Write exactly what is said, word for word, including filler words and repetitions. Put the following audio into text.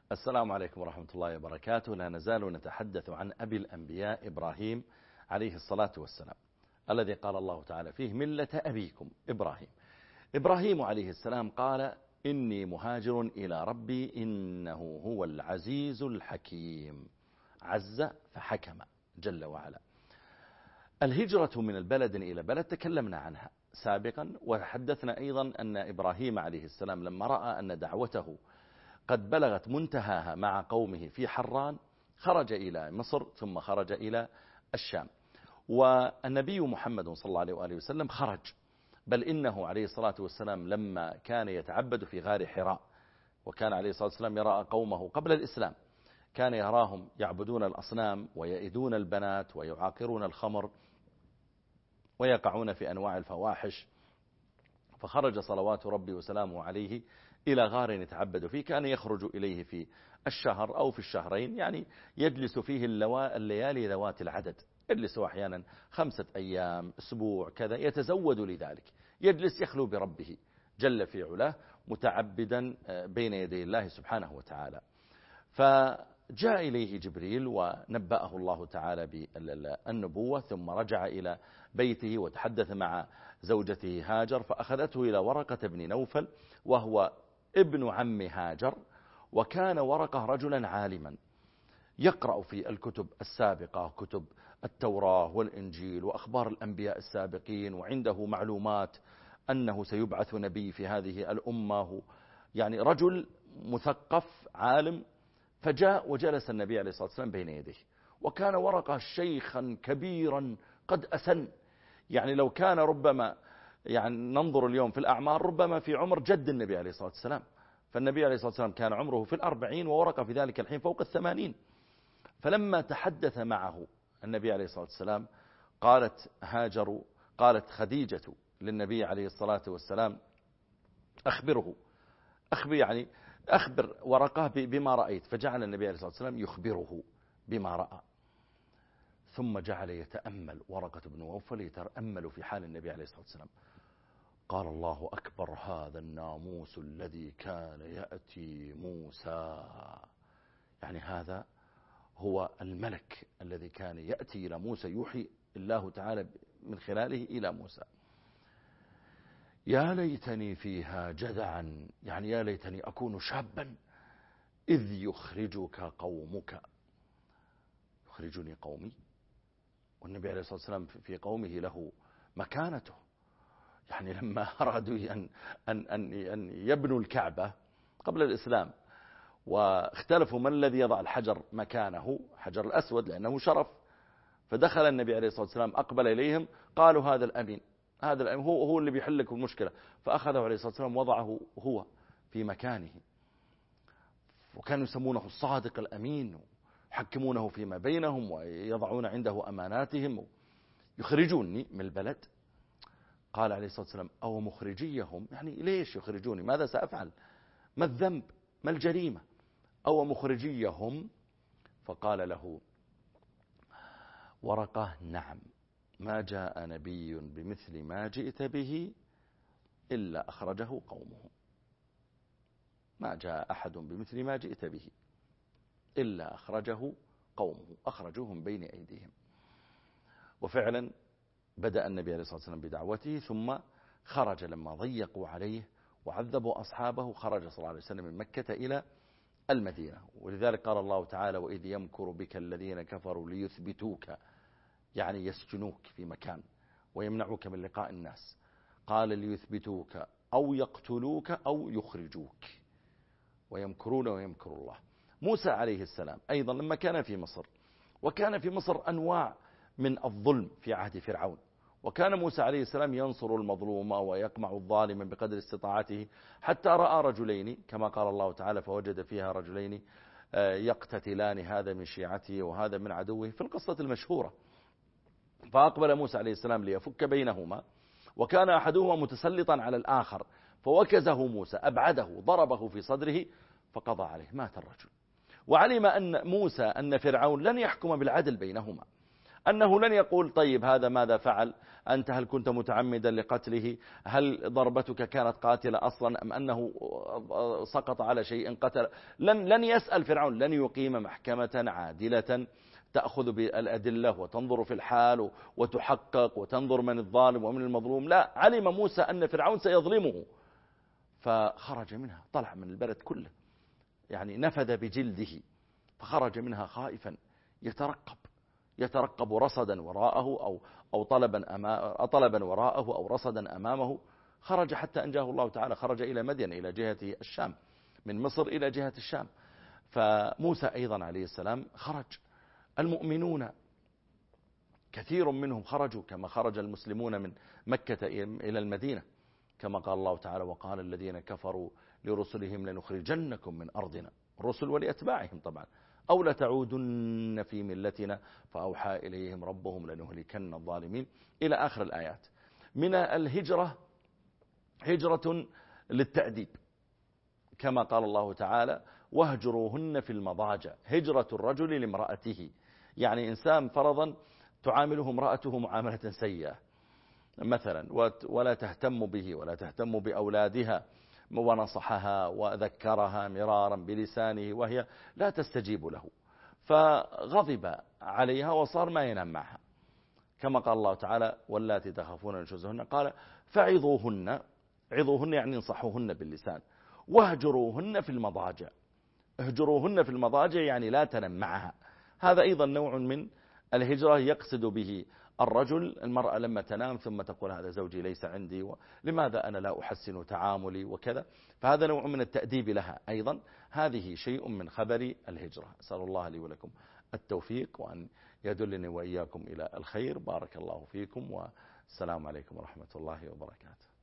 السلام عليكم ورحمة الله وبركاته. لا نزال نتحدث عن أبي الأنبياء إبراهيم عليه الصلاة والسلام، الذي قال الله تعالى فيه ملة أبيكم إبراهيم. إبراهيم عليه السلام قال إني مهاجر إلى ربي إنه هو العزيز الحكيم. عز فحكم جل وعلا. الهجرة من البلد إلى بلد تكلمنا عنها سابقا، وحدثنا أيضا أن إبراهيم عليه السلام لما رأى أن دعوته قد بلغت منتهاها مع قومه في حران خرج إلى مصر ثم خرج إلى الشام. والنبي محمد صلى الله عليه وآله وسلم خرج، بل إنه عليه الصلاة والسلام لما كان يتعبد في غار حراء، وكان عليه الصلاة والسلام يرى قومه قبل الإسلام كان يراهم يعبدون الأصنام ويئدون البنات ويعاقرون الخمر ويقعون في أنواع الفواحش، فخرج صلوات ربي وسلامه عليه إلى غار يتعبد فيه. كان يخرج إليه في الشهر أو في الشهرين، يعني يجلس فيه الليالي ذوات العدد، يجلس أحيانا خمسة أيام أسبوع كذا، يتزود لذلك، يجلس يخلو بربه جل في علاه متعبدا بين يدي الله سبحانه وتعالى. فجاء إليه جبريل ونبأه الله تعالى بالنبوة، ثم رجع إلى بيته وتحدث مع زوجته هاجر، فأخذته إلى ورقة بن نوفل وهو ابن عم هاجر، وكان ورقة رجلا عالما يقرأ في الكتب السابقة، كتب التوراة والإنجيل وأخبار الأنبياء السابقين، وعنده معلومات أنه سيبعث نبي في هذه الأمة، يعني رجل مثقف عالم. فجاء وجلس النبي عليه الصلاة والسلام بين يديه، وكان ورقة شيخا كبيرا قد أسن، يعني لو كان ربما يعني ننظر اليوم في الأعمار ربما في عمر جد النبي عليه الصلاة والسلام، فالنبي عليه الصلاة والسلام كان عمره في الأربعين وورقة في ذلك الحين فوق الثمانين. فلما تحدث معه النبي عليه الصلاة والسلام قالت هاجر قالت خديجة للنبي عليه الصلاة والسلام أخبره أخبر يعني أخبر ورقة بما رأيت، فجعل النبي عليه الصلاة والسلام يخبره بما رأى، ثم جعل يتأمل ورقة بن نوفل يتأمل في حال النبي عليه الصلاة والسلام. قال الله أكبر، هذا الناموس الذي كان يأتي موسى، يعني هذا هو الملك الذي كان يأتي إلى موسى، يوحي الله تعالى من خلاله إلى موسى. يا ليتني فيها جدعا، يعني يا ليتني أكون شابا إذ يخرجك قومك. يخرجني قومي، والنبي عليه الصلاة والسلام في قومه له مكانته، يعني لما أرادوا أن, أن, أن, أن يبنوا الكعبة قبل الإسلام واختلفوا من الذي يضع الحجر مكانه، حجر الأسود لأنه شرف، فدخل النبي عليه الصلاة والسلام أقبل إليهم قالوا هذا الأمين، هذا الأمين هو, هو اللي بيحل لكم المشكلة، فأخذه عليه الصلاة والسلام وضعه هو في مكانه، وكانوا يسمونه الصادق الأمين، يحكمونه فيما بينهم ويضعون عنده أماناتهم. يخرجوني من البلد، قال عليه الصلاة والسلام أو مخرجيهم، يعني ليش يخرجوني، ماذا سأفعل، ما الذنب، ما الجريمة، أو مخرجيهم. فقال له ورقة نعم، ما جاء نبي بمثل ما جئت به إلا أخرجه قومه، ما جاء أحد بمثل ما جئت به إلا أخرجه قومه، أخرجوهم بين أيديهم. وفعلا بدأ النبي عليه الصلاة والسلام بدعوته، ثم خرج لما ضيقوا عليه وعذبوا أصحابه، خرج صلى الله عليه وسلم من مكة إلى المدينة. ولذلك قال الله تعالى وإذ يمكر بك الذين كفروا ليثبتوك، يعني يسجنوك في مكان ويمنعوك من لقاء الناس، قال ليثبتوك أو يقتلوك أو يخرجوك، ويمكرون ويمكر الله. موسى عليه السلام أيضا لما كان في مصر، وكان في مصر أنواع من الظلم في عهد فرعون، وكان موسى عليه السلام ينصر المظلوم ويقمع الظالم بقدر استطاعته، حتى رأى رجلين كما قال الله تعالى فوجد فيها رجلين يقتتلان هذا من شيعته وهذا من عدوه في القصة المشهورة. فأقبل موسى عليه السلام ليفك بينهما، وكان أحدهما متسلطا على الآخر، فوكزه موسى أبعده ضربه في صدره فقضى عليه، مات الرجل. وعلم أن موسى أن فرعون لن يحكم بالعدل بينهما، أنه لن يقول طيب هذا ماذا فعل، أنت هل كنت متعمدا لقتله، هل ضربتك كانت قاتلة أصلا أم أنه سقط على شيء قتل. لن, لن يسأل فرعون، لن يقيم محكمة عادلة تأخذ بالأدلة وتنظر في الحال وتحقق وتنظر من الظالم ومن المظلوم. لا، علم موسى أن فرعون سيظلمه، فخرج منها، طلع من البلد كله، يعني نفذ بجلده، فخرج منها خائفا يترقب يترقب رصدا وراءه أو, أو طلبا, أما طلبا وراءه أو رصدا أمامه. خرج حتى أنجاه الله تعالى، خرج إلى مدين إلى جهة الشام، من مصر إلى جهة الشام. فموسى أيضا عليه السلام خرج. المؤمنون كثير منهم خرجوا كما خرج المسلمون من مكة إلى المدينة، كما قال الله تعالى وقال الذين كفروا لرسلهم لنخرجنكم من أرضنا، الرسل ولأتباعهم طبعا، أو لتعودن في ملتنا فأوحى إليهم ربهم لنهلكن الظالمين إلى آخر الآيات. من الهجرة هجرة للتأديب، كما قال الله تعالى واهجروهن في المضاجع، هجرة الرجل لامرأته، يعني إنسان فرضا تعامله امرأته معاملة سيئة مثلا ولا تهتم به ولا تهتم بأولادها، ونصحها وذكرها مرارا بلسانه وهي لا تستجيب له، فغضب عليها وصار ما ينام معها، كما قال الله تعالى واللاتي تخافون نشوزهن قال فعظوهن، عظوهن يعني انصحوهن باللسان، واهجروهن في المضاجع، اهجروهن في المضاجع يعني لا تنم معها. هذا أيضا نوع من الهجرة يقصد به الرجل المرأة لما تنام ثم تقول هذا زوجي ليس عندي، لماذا أنا لا أحسن تعاملي وكذا، فهذا نوع من التأديب لها أيضا. هذه شيء من خبر الهجرة. أسأل الله لي ولكم التوفيق وأن يدلني وإياكم إلى الخير. بارك الله فيكم والسلام عليكم ورحمة الله وبركاته.